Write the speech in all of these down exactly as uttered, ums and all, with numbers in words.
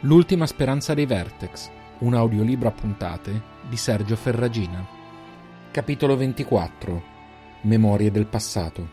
L'ultima speranza dei Vertex, un audiolibro a puntate di Sergio Ferragina. Capitolo ventiquattro. Memorie del passato.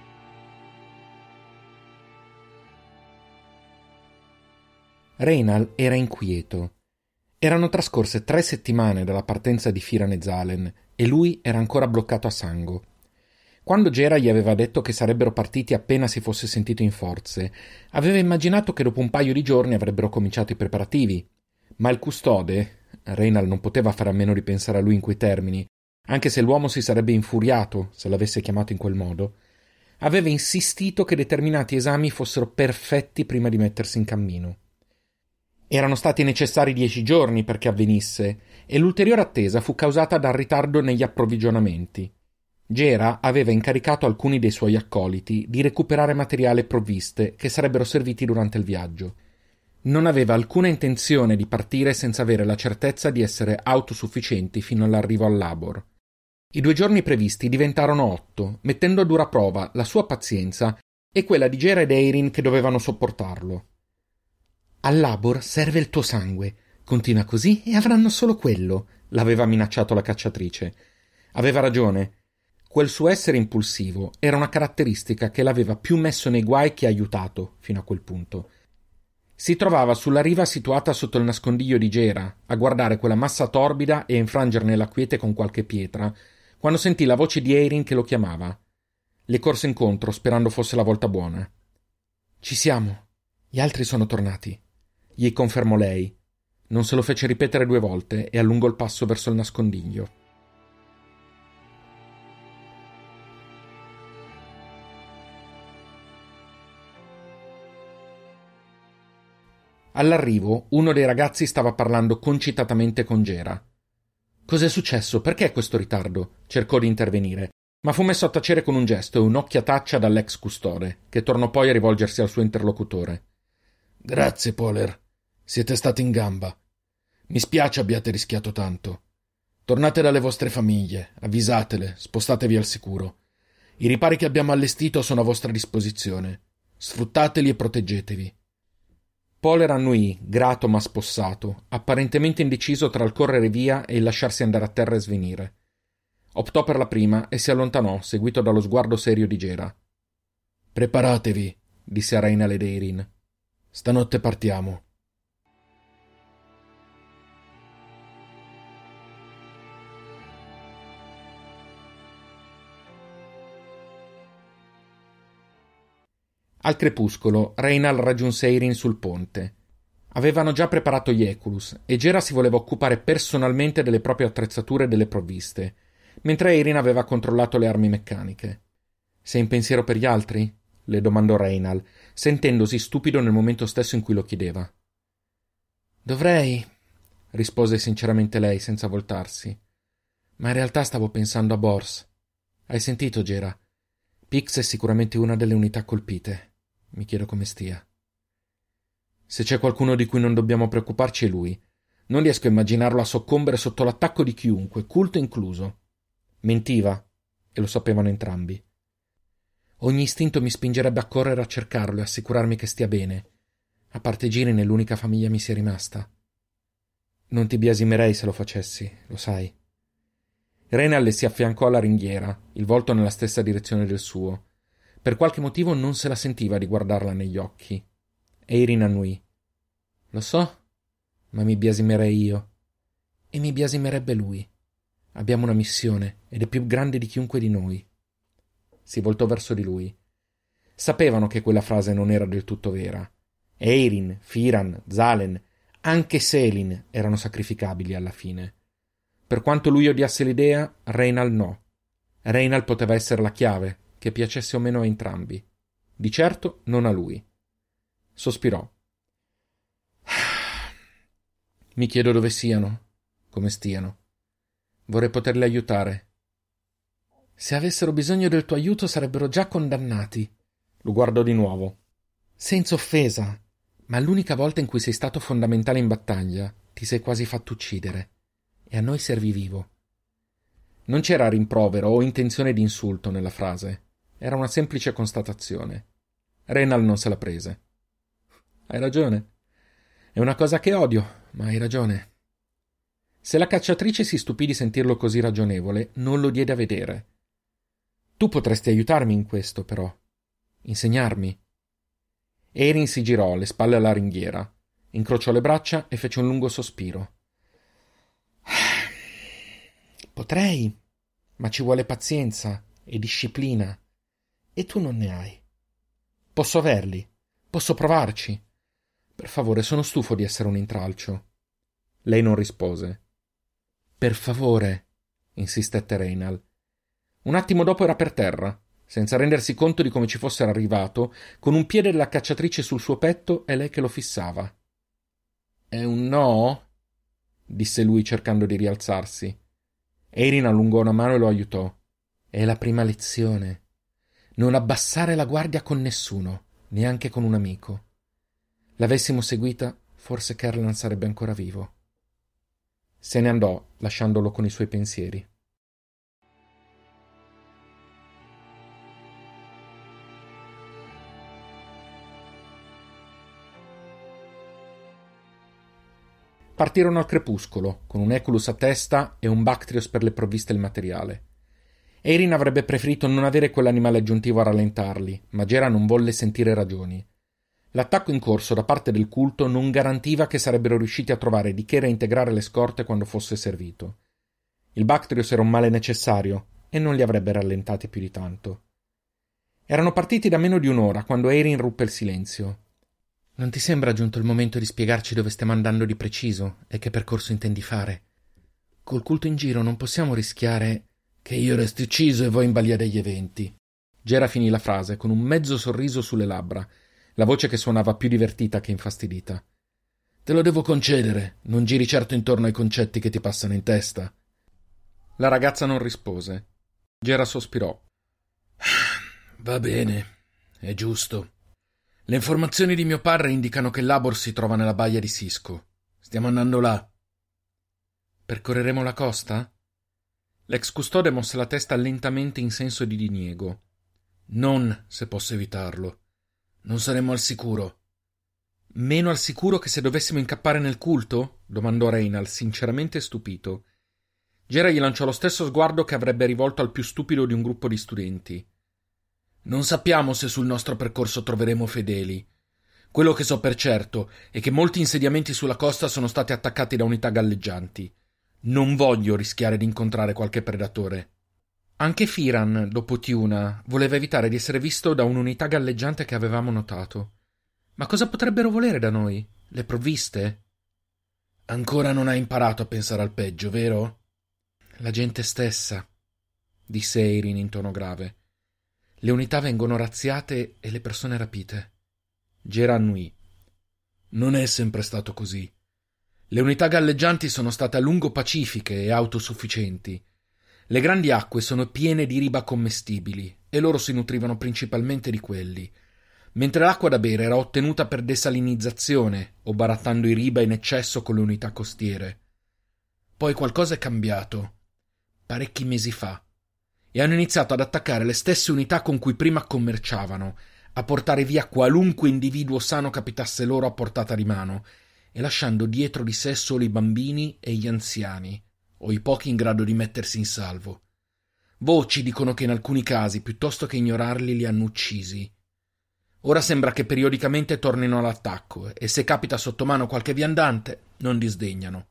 Reynal era inquieto. Erano trascorse tre settimane dalla partenza di Firan e Zalen e lui era ancora bloccato a Sango. Quando Gera gli aveva detto che sarebbero partiti appena si fosse sentito in forze, aveva immaginato che dopo un paio di giorni avrebbero cominciato i preparativi. Ma il custode, Reynal non poteva fare a meno di pensare a lui in quei termini, anche se l'uomo si sarebbe infuriato se l'avesse chiamato in quel modo, aveva insistito che determinati esami fossero perfetti prima di mettersi in cammino. Erano stati necessari dieci giorni perché avvenisse, e l'ulteriore attesa fu causata dal ritardo negli approvvigionamenti. Gera aveva incaricato alcuni dei suoi accoliti di recuperare materiale e provviste che sarebbero serviti durante il viaggio. Non aveva alcuna intenzione di partire senza avere la certezza di essere autosufficienti fino all'arrivo al Labor. I due giorni previsti diventarono otto, mettendo a dura prova la sua pazienza e quella di Gera ed Eirin che dovevano sopportarlo. «Al Labor serve il tuo sangue. Continua così e avranno solo quello», l'aveva minacciato la cacciatrice. Aveva ragione. Quel suo essere impulsivo era una caratteristica che l'aveva più messo nei guai che aiutato fino a quel punto. Si trovava sulla riva situata sotto il nascondiglio di Gera, a guardare quella massa torbida e a infrangerne la quiete con qualche pietra, quando sentì la voce di Eirin che lo chiamava. Le corse incontro, sperando fosse la volta buona. «Ci siamo. Gli altri sono tornati», gli confermò lei. Non se lo fece ripetere due volte e allungò il passo verso il nascondiglio. All'arrivo, uno dei ragazzi stava parlando concitatamente con Gera. «Cos'è successo? Perché questo ritardo?» Cercò di intervenire, ma fu messo a tacere con un gesto e un'occhiataccia dall'ex custode, che tornò poi a rivolgersi al suo interlocutore. «Grazie, Poler. Siete stati in gamba. Mi spiace abbiate rischiato tanto. Tornate dalle vostre famiglie, avvisatele, spostatevi al sicuro. I ripari che abbiamo allestito sono a vostra disposizione. Sfruttateli e proteggetevi». Poler annuì, grato ma spossato, apparentemente indeciso tra il correre via e il lasciarsi andare a terra e svenire. Optò per la prima e si allontanò, seguito dallo sguardo serio di Gera. «Preparatevi», disse a Reynal ed Eirin. «Stanotte partiamo». Al crepuscolo, Reynal raggiunse Eirin sul ponte. Avevano già preparato gli Eculus e Gera si voleva occupare personalmente delle proprie attrezzature e delle provviste, mentre Eirin aveva controllato le armi meccaniche. «Sei in pensiero per gli altri?» le domandò Reynal, sentendosi stupido nel momento stesso in cui lo chiedeva. «Dovrei», rispose sinceramente lei senza voltarsi. «Ma in realtà stavo pensando a Bors. Hai sentito, Gera? Pix è sicuramente una delle unità colpite. Mi chiedo come stia». «Se c'è qualcuno di cui non dobbiamo preoccuparci è lui. Non riesco a immaginarlo a soccombere sotto l'attacco di chiunque, culto incluso». Mentiva, e lo sapevano entrambi. «Ogni istinto mi spingerebbe a correre a cercarlo e assicurarmi che stia bene. A parte Girin è l'unica famiglia mi sia rimasta. Non ti biasimerei se lo facessi, lo sai». Reynal le si affiancò alla ringhiera, il volto nella stessa direzione del suo. Per qualche motivo non se la sentiva di guardarla negli occhi. Eirin annuì. «Lo so, ma mi biasimerei io. E mi biasimerebbe lui. Abbiamo una missione ed è più grande di chiunque di noi». Si voltò verso di lui. Sapevano che quella frase non era del tutto vera. Eirin, Firan, Zalen, anche Selin erano sacrificabili alla fine. Per quanto lui odiasse l'idea, Reynal no. Reynal poteva essere la chiave, che piacesse o meno a entrambi. Di certo non a lui. Sospirò. «Mi chiedo dove siano, come stiano. Vorrei poterli aiutare». «Se avessero bisogno del tuo aiuto sarebbero già condannati». Lo guardò di nuovo. «Senza offesa, ma l'unica volta in cui sei stato fondamentale in battaglia ti sei quasi fatto uccidere. E a noi servi vivo». Non c'era rimprovero o intenzione di insulto nella frase. Era una semplice constatazione. Reynal non se la prese. «Hai ragione. È una cosa che odio, ma hai ragione. Se la cacciatrice si stupì di sentirlo così ragionevole, non lo diede a vedere. Tu potresti aiutarmi in questo, però. Insegnarmi. Erin si girò, le spalle alla ringhiera, incrociò le braccia e fece un lungo sospiro. Potrei, ma ci vuole pazienza e disciplina, e tu non ne hai. Posso averli, posso provarci. Per favore, sono stufo di essere un intralcio. Lei non rispose. Per favore, insistette Reynal. Un attimo dopo era per terra, senza rendersi conto di come ci fosse arrivato, con un piede della cacciatrice sul suo petto e lei che lo fissava. È un no? Disse lui cercando di rialzarsi. Erin allungò una mano e lo aiutò. È la prima lezione. Non abbassare la guardia con nessuno, neanche con un amico. L'avessimo seguita, forse Kerlan sarebbe ancora vivo. Se ne andò, lasciandolo con i suoi pensieri. Partirono al crepuscolo, con un Eculus a testa e un Bactrios per le provviste e il materiale. Erin avrebbe preferito non avere quell'animale aggiuntivo a rallentarli, ma Gera non volle sentire ragioni. L'attacco in corso da parte del culto non garantiva che sarebbero riusciti a trovare di che reintegrare le scorte quando fosse servito. Il Bactrios era un male necessario e non li avrebbe rallentati più di tanto. Erano partiti da meno di un'ora quando Erin ruppe il silenzio. Non ti sembra giunto il momento di spiegarci dove stiamo andando di preciso e che percorso intendi fare? Col culto in giro non possiamo rischiare che io resti ucciso e voi in balia degli eventi. Gera finì la frase con un mezzo sorriso sulle labbra, la voce che suonava più divertita che infastidita. Te lo devo concedere, non giri certo intorno ai concetti che ti passano in testa. La ragazza non rispose. Gera sospirò. Va bene, è giusto. Le informazioni di mio padre indicano che l'Abor si trova nella baia di Sisko. Stiamo andando là. Percorreremo la costa? L'ex custode mosse la testa lentamente in senso di diniego. Non se posso evitarlo. Non saremo al sicuro. Meno al sicuro che se dovessimo incappare nel culto? Domandò Reynal, sinceramente stupito. Gera gli lanciò lo stesso sguardo che avrebbe rivolto al più stupido di un gruppo di studenti. Non sappiamo se sul nostro percorso troveremo fedeli. Quello che so per certo è che molti insediamenti sulla costa sono stati attaccati da unità galleggianti. Non voglio rischiare di incontrare qualche predatore. Anche Firan, dopo Tiuna, voleva evitare di essere visto da un'unità galleggiante che avevamo notato. Ma cosa potrebbero volere da noi? Le provviste? Ancora non hai imparato a pensare al peggio, vero? La gente stessa, disse Erin in tono grave. Le unità vengono razziate e le persone rapite. Gera annui. Non è sempre stato così. Le unità galleggianti sono state a lungo pacifiche e autosufficienti. Le grandi acque sono piene di riba commestibili e loro si nutrivano principalmente di quelli, mentre l'acqua da bere era ottenuta per desalinizzazione o barattando i riba in eccesso con le unità costiere. Poi qualcosa è cambiato, parecchi mesi fa, e hanno iniziato ad attaccare le stesse unità con cui prima commerciavano, a portare via qualunque individuo sano capitasse loro a portata di mano, e lasciando dietro di sé solo i bambini e gli anziani, o i pochi in grado di mettersi in salvo. Voci dicono che in alcuni casi, piuttosto che ignorarli, li hanno uccisi. Ora sembra che periodicamente tornino all'attacco, e se capita sotto mano qualche viandante, non disdegnano.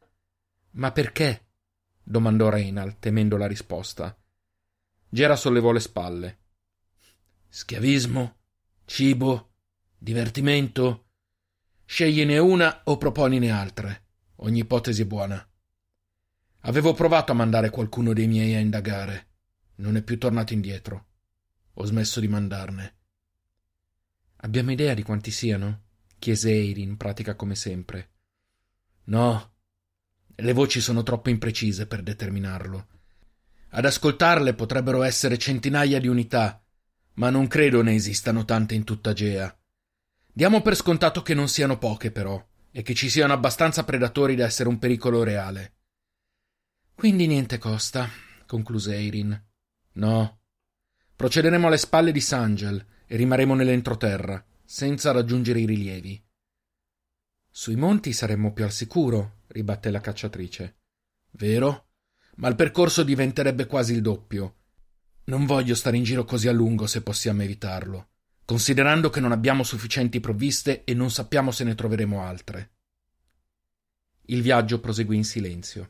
Ma perché? Domandò Reynal, temendo la risposta. Gera sollevò le spalle. Schiavismo? Cibo? Divertimento? Scegliene una o proponine altre. Ogni ipotesi è buona. Avevo provato a mandare qualcuno dei miei a indagare. Non è più tornato indietro. Ho smesso di mandarne. Abbiamo idea di quanti siano? Chiese Erin, in pratica come sempre. No. Le voci sono troppo imprecise per determinarlo. Ad ascoltarle potrebbero essere centinaia di unità, ma non credo ne esistano tante in tutta Gea. Diamo per scontato che non siano poche, però, e che ci siano abbastanza predatori da essere un pericolo reale. Quindi niente costa, concluse Erin. No. Procederemo alle spalle di Sangel e rimarremo nell'entroterra, senza raggiungere i rilievi. Sui monti saremmo più al sicuro, ribatté la cacciatrice. Vero? Ma il percorso diventerebbe quasi il doppio. Non voglio stare in giro così a lungo se possiamo evitarlo, considerando che non abbiamo sufficienti provviste e non sappiamo se ne troveremo altre. Il viaggio proseguì in silenzio.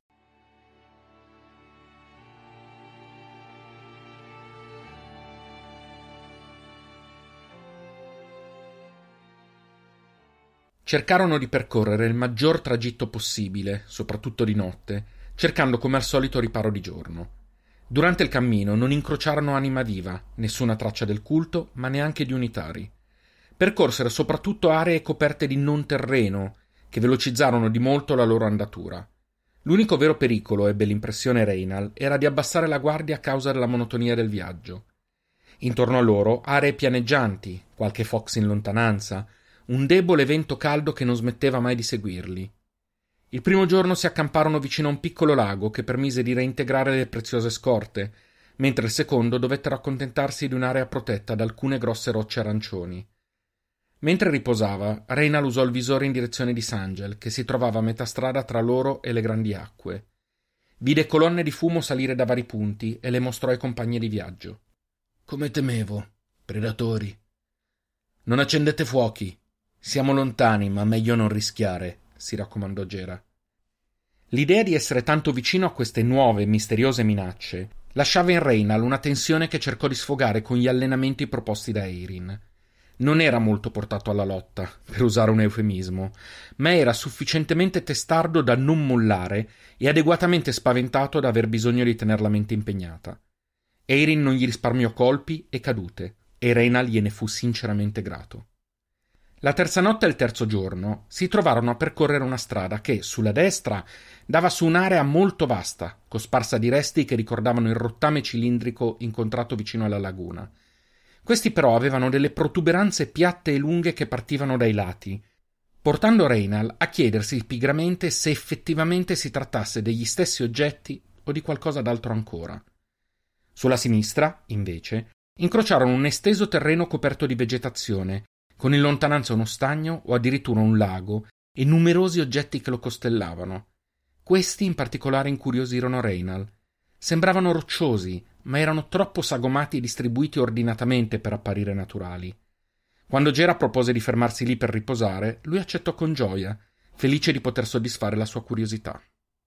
Cercarono di percorrere il maggior tragitto possibile, soprattutto di notte, cercando come al solito riparo di giorno. Durante il cammino non incrociarono anima viva, nessuna traccia del culto, ma neanche di unitari. Percorsero soprattutto aree coperte di non terreno, che velocizzarono di molto la loro andatura. L'unico vero pericolo, ebbe l'impressione Reynal, era di abbassare la guardia a causa della monotonia del viaggio. Intorno a loro aree pianeggianti, qualche fox in lontananza, un debole vento caldo che non smetteva mai di seguirli. Il primo giorno si accamparono vicino a un piccolo lago che permise di reintegrare le preziose scorte, mentre il secondo dovettero accontentarsi di un'area protetta da alcune grosse rocce arancioni. Mentre riposava, Reynal usò il visore in direzione di Sangel, che si trovava a metà strada tra loro e le grandi acque. Vide colonne di fumo salire da vari punti e le mostrò ai compagni di viaggio. Come temevo, predatori. Non accendete fuochi. Siamo lontani, ma meglio non rischiare, si raccomandò Gera. L'idea di essere tanto vicino a queste nuove, misteriose minacce lasciava in Reynal una tensione che cercò di sfogare con gli allenamenti proposti da Eirin. Non era molto portato alla lotta, per usare un eufemismo, ma era sufficientemente testardo da non mollare e adeguatamente spaventato da aver bisogno di tener la mente impegnata. Eirin non gli risparmiò colpi e cadute, e Reynal gliene fu sinceramente grato. La terza notte e il terzo giorno si trovarono a percorrere una strada che, sulla destra, dava su un'area molto vasta, cosparsa di resti che ricordavano il rottame cilindrico incontrato vicino alla laguna. Questi però avevano delle protuberanze piatte e lunghe che partivano dai lati, portando Reynal a chiedersi pigramente se effettivamente si trattasse degli stessi oggetti o di qualcosa d'altro ancora. Sulla sinistra, invece, incrociarono un esteso terreno coperto di vegetazione, con in lontananza uno stagno o addirittura un lago e numerosi oggetti che lo costellavano. Questi in particolare incuriosirono Reynal. Sembravano rocciosi, ma erano troppo sagomati e distribuiti ordinatamente per apparire naturali. Quando Gera propose di fermarsi lì per riposare, lui accettò con gioia, felice di poter soddisfare la sua curiosità.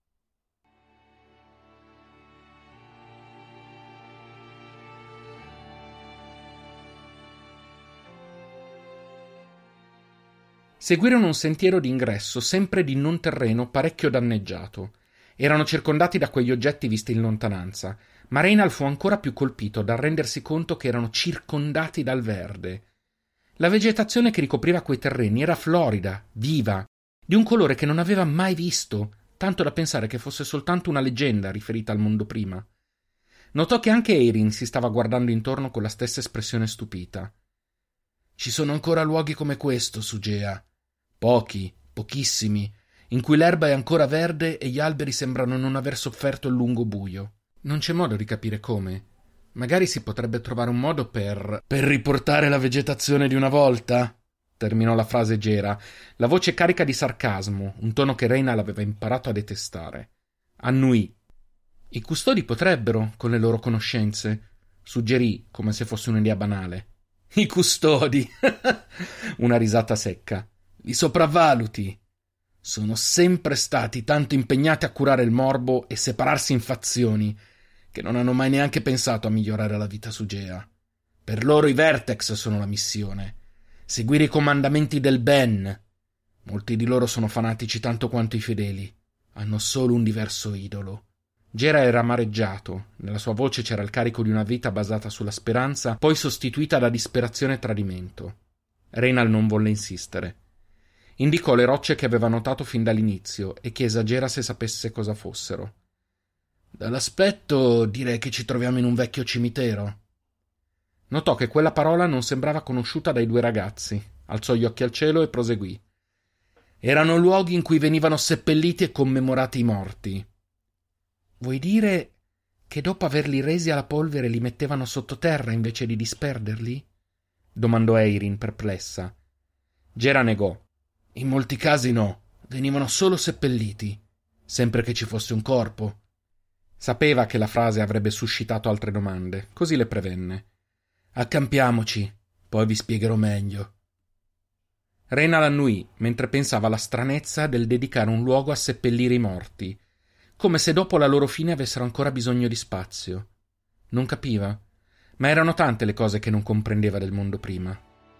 Seguirono un sentiero d'ingresso sempre di non terreno parecchio danneggiato. Erano circondati da quegli oggetti visti in lontananza, ma Reynal fu ancora più colpito dal rendersi conto che erano circondati dal verde. La vegetazione che ricopriva quei terreni era florida, viva, di un colore che non aveva mai visto, tanto da pensare che fosse soltanto una leggenda riferita al mondo prima. Notò che anche Eirin si stava guardando intorno con la stessa espressione stupita. Ci sono ancora luoghi come questo su Gea. Pochi, pochissimi, in cui l'erba è ancora verde e gli alberi sembrano non aver sofferto il lungo buio. Non c'è modo di capire come. Magari si potrebbe trovare un modo per... Per riportare la vegetazione di una volta? Terminò la frase Gera, la voce carica di sarcasmo, un tono che Reynal aveva imparato a detestare. Annuì. I custodi potrebbero, con le loro conoscenze, suggerì, come se fosse un'idea banale. I custodi! Una risata secca. Li sopravvaluti. Sono sempre stati tanto impegnati a curare il morbo e separarsi in fazioni che non hanno mai neanche pensato a migliorare la vita su Gea. Per loro i Vertex sono la missione. Seguire i comandamenti del Ben. Molti di loro sono fanatici tanto quanto i fedeli. Hanno solo un diverso idolo. Gera era amareggiato. Nella sua voce c'era il carico di una vita basata sulla speranza, poi sostituita da disperazione e tradimento. Reynal non volle insistere. Indicò le rocce che aveva notato fin dall'inizio e chiese a Gera se sapesse cosa fossero. Dall'aspetto direi che ci troviamo in un vecchio cimitero. Notò che quella parola non sembrava conosciuta dai due ragazzi. Alzò gli occhi al cielo e proseguì. Erano luoghi in cui venivano seppelliti e commemorati i morti. Vuoi dire che dopo averli resi alla polvere li mettevano sottoterra invece di disperderli? Domandò Eirin perplessa. Gera negò. In molti casi no, venivano solo seppelliti, sempre che ci fosse un corpo. Sapeva che la frase avrebbe suscitato altre domande, così le prevenne. Accampiamoci, poi vi spiegherò meglio. Reynal annui mentre pensava alla stranezza del dedicare un luogo a seppellire i morti, come se dopo la loro fine avessero ancora bisogno di spazio. Non capiva, ma erano tante le cose che non comprendeva del mondo prima.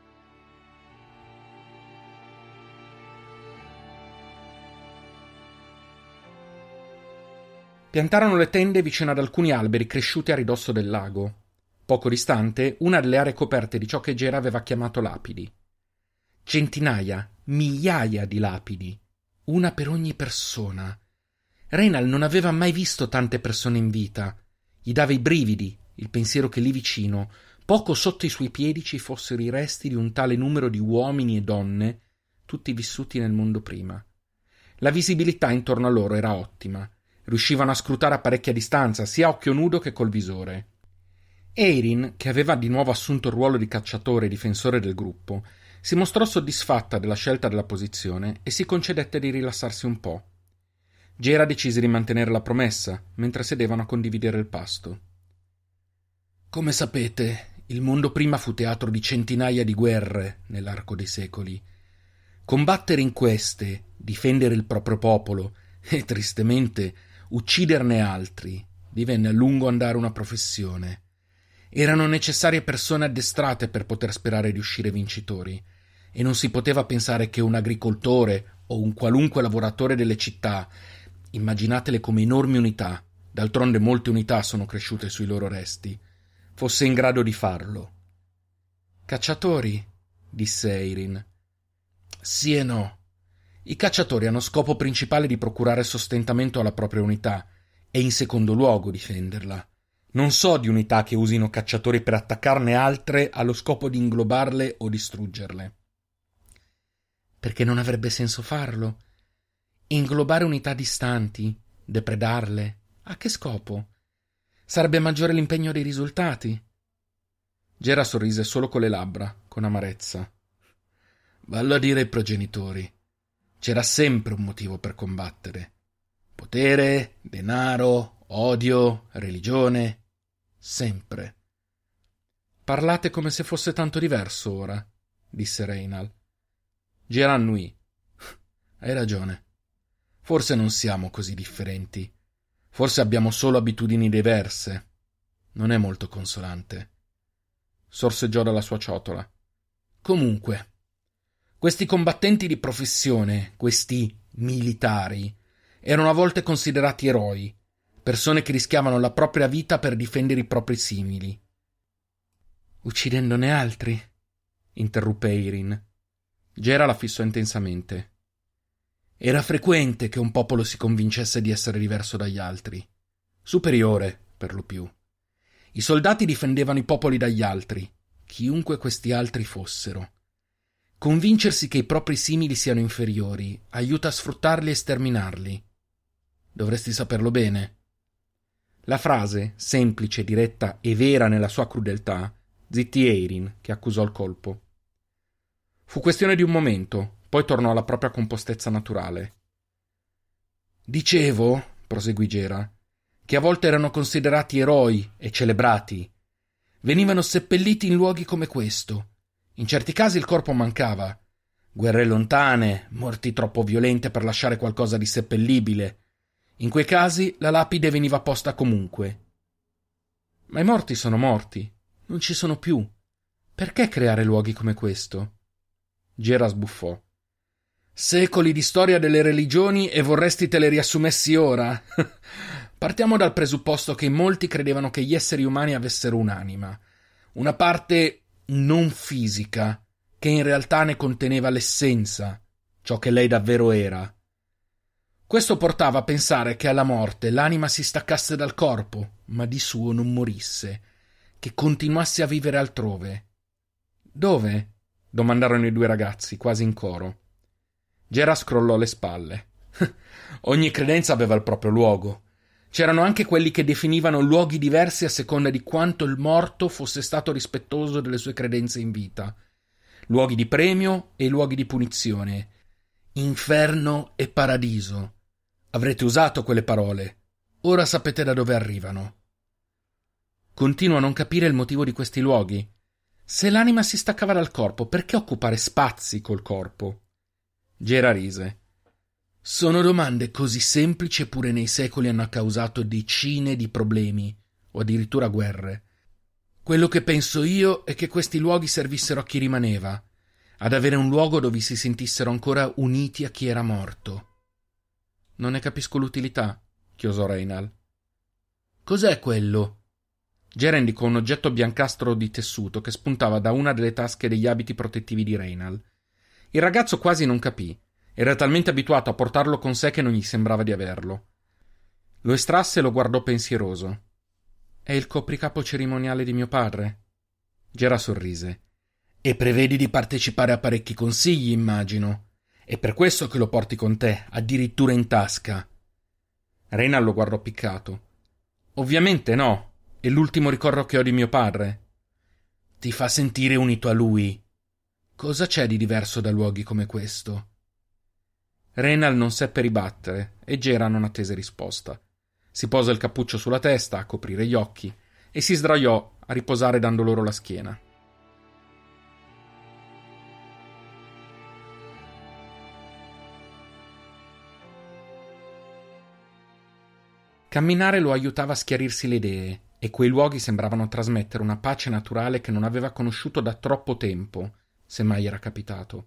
Piantarono le tende vicino ad alcuni alberi cresciuti a ridosso del lago. Poco distante, una delle aree coperte di ciò che Gera aveva chiamato lapidi. Centinaia, migliaia di lapidi, una per ogni persona. Reynal non aveva mai visto tante persone in vita. Gli dava i brividi il pensiero che lì vicino, poco sotto i suoi piedi, ci fossero i resti di un tale numero di uomini e donne, tutti vissuti nel mondo prima. La visibilità intorno a loro era ottima. Riuscivano a scrutare a parecchia distanza, sia a occhio nudo che col visore. Erin, che aveva di nuovo assunto il ruolo di cacciatore e difensore del gruppo, si mostrò soddisfatta della scelta della posizione e si concedette di rilassarsi un po'. Gera decise di mantenere la promessa, mentre sedevano a condividere il pasto. Come sapete, il mondo prima fu teatro di centinaia di guerre nell'arco dei secoli. Combattere in queste, difendere il proprio popolo e, tristemente, ucciderne altri divenne a lungo andare una professione. Erano necessarie persone addestrate per poter sperare di uscire vincitori, e non si poteva pensare che un agricoltore o un qualunque lavoratore delle città, immaginatele come enormi unità, d'altronde molte unità sono cresciute sui loro resti, fosse in grado di farlo. Cacciatori, disse Erin. Sì e no. I cacciatori hanno scopo principale di procurare sostentamento alla propria unità e in secondo luogo difenderla. Non so di unità che usino cacciatori per attaccarne altre allo scopo di inglobarle o distruggerle. Perché non avrebbe senso farlo? Inglobare unità distanti, depredarle, a che scopo? Sarebbe maggiore l'impegno dei risultati. Gera sorrise solo con le labbra, con amarezza. Vallo a dire ai progenitori. C'era sempre un motivo per combattere. Potere, denaro, odio, religione. Sempre. Parlate come se fosse tanto diverso ora, disse Reynal. Gera annui. Hai ragione. Forse non siamo così differenti. Forse abbiamo solo abitudini diverse. Non è molto consolante. Sorseggiò dalla sua ciotola. Comunque, questi combattenti di professione, questi militari, erano a volte considerati eroi, persone che rischiavano la propria vita per difendere i propri simili. Uccidendone altri? Interruppe Erin. Gera la fissò intensamente. Era frequente che un popolo si convincesse di essere diverso dagli altri, superiore, per lo più. I soldati difendevano i popoli dagli altri, chiunque questi altri fossero. Convincersi che i propri simili siano inferiori aiuta a sfruttarli e sterminarli. Dovresti saperlo bene. La frase, semplice, diretta e vera nella sua crudeltà, zittì Erin, che accusò il colpo. Fu questione di un momento, poi tornò alla propria compostezza naturale. Dicevo, proseguì Gera, che a volte erano considerati eroi e celebrati. Venivano seppelliti in luoghi come questo. In certi casi il corpo mancava. Guerre lontane, morti troppo violente per lasciare qualcosa di seppellibile. In quei casi la lapide veniva posta comunque. Ma i morti sono morti, non ci sono più. Perché creare luoghi come questo? Gera sbuffò. Secoli di storia delle religioni e vorresti te le riassumessi ora? Partiamo dal presupposto che molti credevano che gli esseri umani avessero un'anima, una parte non fisica, che in realtà ne conteneva l'essenza, ciò che lei davvero era. Questo portava a pensare che alla morte l'anima si staccasse dal corpo, ma di suo non morisse, che continuasse a vivere altrove. Dove? Domandarono i due ragazzi, quasi in coro. Gera scrollò le spalle. Ogni credenza aveva il proprio luogo. C'erano anche quelli che definivano luoghi diversi a seconda di quanto il morto fosse stato rispettoso delle sue credenze in vita. Luoghi di premio e luoghi di punizione. Inferno e paradiso. Avrete usato quelle parole. Ora sapete da dove arrivano. Continuo a non capire il motivo di questi luoghi. Se l'anima si staccava dal corpo, perché occupare spazi col corpo? Gera rise. Sono domande così semplici eppure nei secoli hanno causato decine di problemi, o addirittura guerre. Quello che penso io è che questi luoghi servissero a chi rimaneva, ad avere un luogo dove si sentissero ancora uniti a chi era morto. Non ne capisco l'utilità, chiosò Reynal. Cos'è quello? Gera indicò un oggetto biancastro di tessuto che spuntava da una delle tasche degli abiti protettivi di Reynal. Il ragazzo quasi non capì. Era talmente abituato a portarlo con sé che non gli sembrava di averlo. Lo estrasse e lo guardò pensieroso. È il copricapo cerimoniale di mio padre? Gera sorrise. E prevedi di partecipare a parecchi consigli, immagino. È per questo che lo porti con te, addirittura in tasca. Reynal lo guardò piccato. Ovviamente no, è l'ultimo ricordo che ho di mio padre. Ti fa sentire unito a lui. Cosa c'è di diverso da luoghi come questo? Reynal non seppe ribattere e Gera non attese risposta. Si posò il cappuccio sulla testa a coprire gli occhi e si sdraiò a riposare dando loro la schiena. Camminare lo aiutava a schiarirsi le idee e quei luoghi sembravano trasmettere una pace naturale che non aveva conosciuto da troppo tempo, se mai era capitato.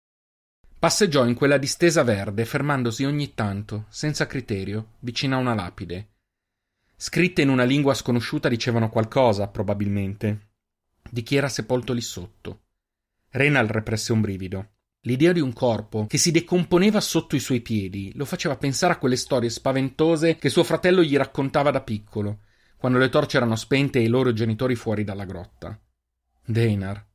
Passeggiò in quella distesa verde, fermandosi ogni tanto, senza criterio, vicino a una lapide. Scritte in una lingua sconosciuta dicevano qualcosa, probabilmente, di chi era sepolto lì sotto. Reynal represse un brivido. L'idea di un corpo che si decomponeva sotto i suoi piedi lo faceva pensare a quelle storie spaventose che suo fratello gli raccontava da piccolo, quando le torce erano spente e i loro genitori fuori dalla grotta. Deinar.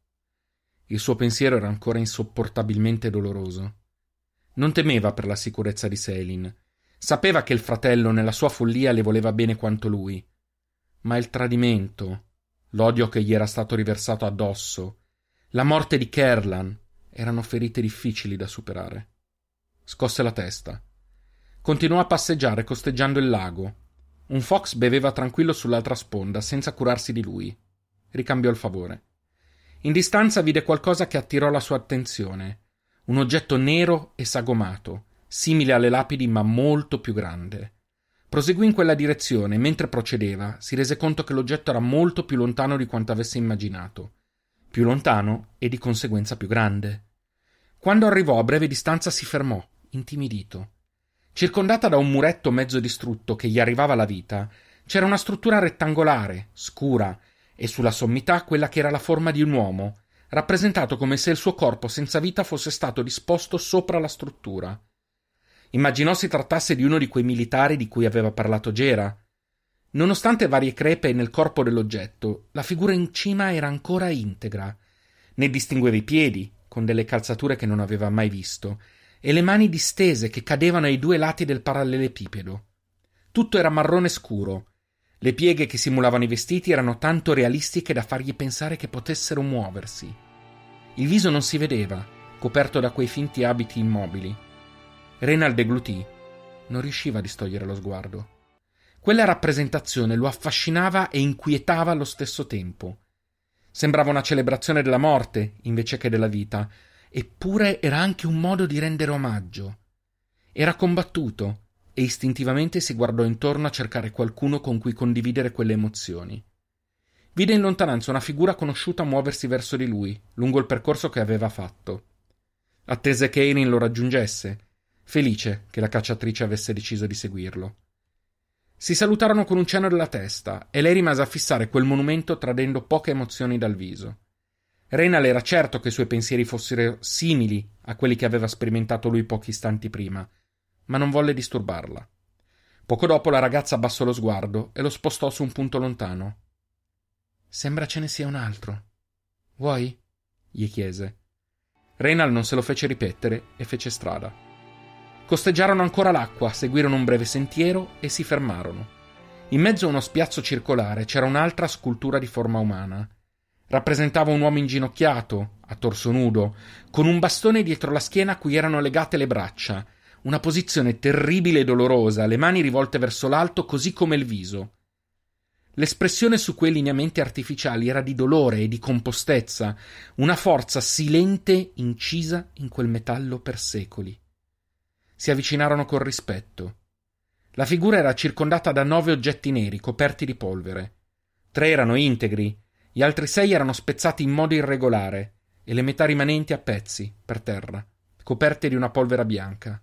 Il suo pensiero era ancora insopportabilmente doloroso. Non temeva per la sicurezza di Selin. Sapeva che il fratello nella sua follia le voleva bene quanto lui. Ma il tradimento, l'odio che gli era stato riversato addosso, la morte di Kerlan, erano ferite difficili da superare. Scosse la testa. Continuò a passeggiare costeggiando il lago. Un fox beveva tranquillo sull'altra sponda, senza curarsi di lui. Ricambiò il favore. In distanza vide qualcosa che attirò la sua attenzione. Un oggetto nero e sagomato, simile alle lapidi ma molto più grande. Proseguì in quella direzione e mentre procedeva si rese conto che l'oggetto era molto più lontano di quanto avesse immaginato. Più lontano e di conseguenza più grande. Quando arrivò a breve distanza si fermò, intimidito. Circondata da un muretto mezzo distrutto che gli arrivava la vita, c'era una struttura rettangolare, scura, e sulla sommità quella che era la forma di un uomo, rappresentato come se il suo corpo senza vita fosse stato disposto sopra la struttura. Immaginò si trattasse di uno di quei militari di cui aveva parlato Gera. Nonostante varie crepe nel corpo dell'oggetto, la figura in cima era ancora integra. Ne distingueva i piedi, con delle calzature che non aveva mai visto, e le mani distese che cadevano ai due lati del parallelepipedo. Tutto era marrone scuro. Le pieghe che simulavano i vestiti erano tanto realistiche da fargli pensare che potessero muoversi. Il viso non si vedeva, coperto da quei finti abiti immobili. Reynal deglutì. Non riusciva a distogliere lo sguardo. Quella rappresentazione lo affascinava e inquietava allo stesso tempo. Sembrava una celebrazione della morte invece che della vita, eppure era anche un modo di rendere omaggio. Era combattuto e istintivamente si guardò intorno a cercare qualcuno con cui condividere quelle emozioni. Vide in lontananza una figura conosciuta muoversi verso di lui, lungo il percorso che aveva fatto. Attese che Erin lo raggiungesse, felice che la cacciatrice avesse deciso di seguirlo. Si salutarono con un cenno della testa e lei rimase a fissare quel monumento tradendo poche emozioni dal viso. Reynal era certo che i suoi pensieri fossero simili a quelli che aveva sperimentato lui pochi istanti prima, ma non volle disturbarla. Poco dopo la ragazza abbassò lo sguardo e lo spostò su un punto lontano. «Sembra ce ne sia un altro. Vuoi?» gli chiese. Reynal non se lo fece ripetere e fece strada. Costeggiarono ancora l'acqua, seguirono un breve sentiero e si fermarono. In mezzo a uno spiazzo circolare c'era un'altra scultura di forma umana. Rappresentava un uomo inginocchiato, a torso nudo, con un bastone dietro la schiena a cui erano legate le braccia, una posizione terribile e dolorosa, le mani rivolte verso l'alto così come il viso. L'espressione su quei lineamenti artificiali era di dolore e di compostezza, una forza silente incisa in quel metallo per secoli. Si avvicinarono con rispetto. La figura era circondata da nove oggetti neri coperti di polvere. Tre erano integri, gli altri sei erano spezzati in modo irregolare e le metà rimanenti a pezzi, per terra, coperte di una polvere bianca.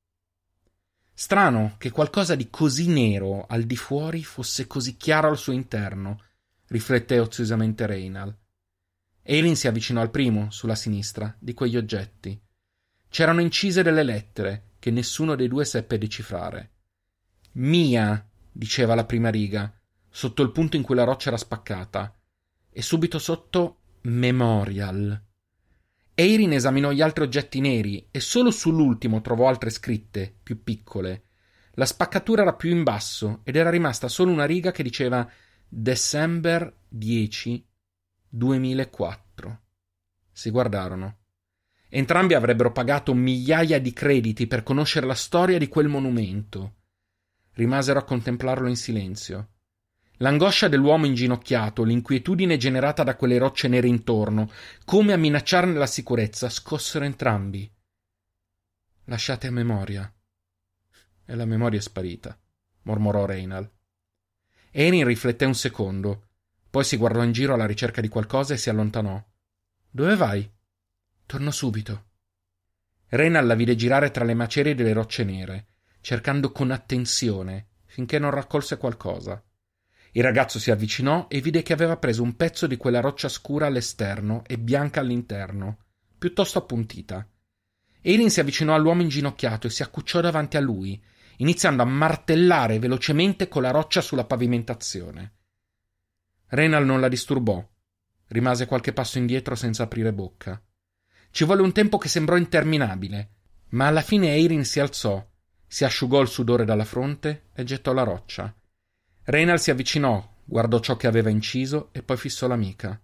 Strano che qualcosa di così nero al di fuori fosse così chiaro al suo interno, rifletté oziosamente Reynal. Eileen si avvicinò al primo, sulla sinistra, di quegli oggetti. C'erano incise delle lettere che nessuno dei due seppe decifrare. Mia, diceva la prima riga, sotto il punto in cui la roccia era spaccata, e subito sotto Memorial. Eirin esaminò gli altri oggetti neri e solo sull'ultimo trovò altre scritte, più piccole. La spaccatura era più in basso ed era rimasta solo una riga che diceva December dieci duemilaquattro. Si guardarono. Entrambi avrebbero pagato migliaia di crediti per conoscere la storia di quel monumento. Rimasero a contemplarlo in silenzio. L'angoscia dell'uomo inginocchiato, l'inquietudine generata da quelle rocce nere intorno, come a minacciarne la sicurezza, scossero entrambi. Lasciate a memoria. E la memoria è sparita, mormorò Reynal. Eirin rifletté un secondo, poi si guardò in giro alla ricerca di qualcosa e si allontanò. Dove vai? Torno subito. Reynal la vide girare tra le macerie delle rocce nere, cercando con attenzione, finché non raccolse qualcosa. Il ragazzo si avvicinò e vide che aveva preso un pezzo di quella roccia scura all'esterno e bianca all'interno, piuttosto appuntita. Eirin si avvicinò all'uomo inginocchiato e si accucciò davanti a lui, iniziando a martellare velocemente con la roccia sulla pavimentazione. Reynal non la disturbò. Rimase qualche passo indietro senza aprire bocca. Ci volle un tempo che sembrò interminabile, ma alla fine Eirin si alzò, si asciugò il sudore dalla fronte e gettò la roccia. Reynal si avvicinò, guardò ciò che aveva inciso e poi fissò l'amica.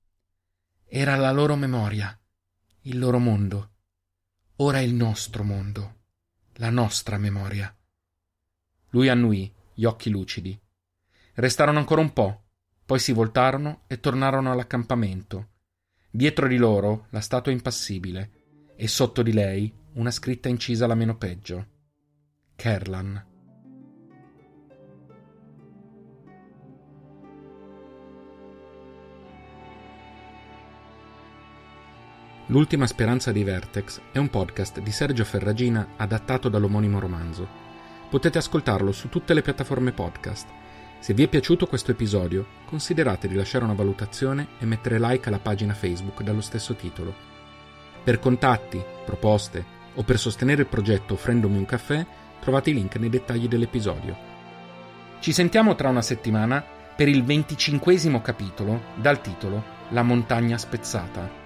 Era la loro memoria, il loro mondo. Ora è il nostro mondo, la nostra memoria. Lui annuì, gli occhi lucidi. Restarono ancora un po', poi si voltarono e tornarono all'accampamento. Dietro di loro la statua impassibile e sotto di lei una scritta incisa alla meno peggio. Kerlan. L'ultima speranza di Vertex è un podcast di Sergio Ferragina adattato dall'omonimo romanzo. Potete ascoltarlo su tutte le piattaforme podcast. Se vi è piaciuto questo episodio, considerate di lasciare una valutazione e mettere like alla pagina Facebook dallo stesso titolo. Per contatti, proposte o per sostenere il progetto offrendomi un caffè, trovate i link nei dettagli dell'episodio. Ci sentiamo tra una settimana per il venticinquesimo capitolo dal titolo La montagna spezzata.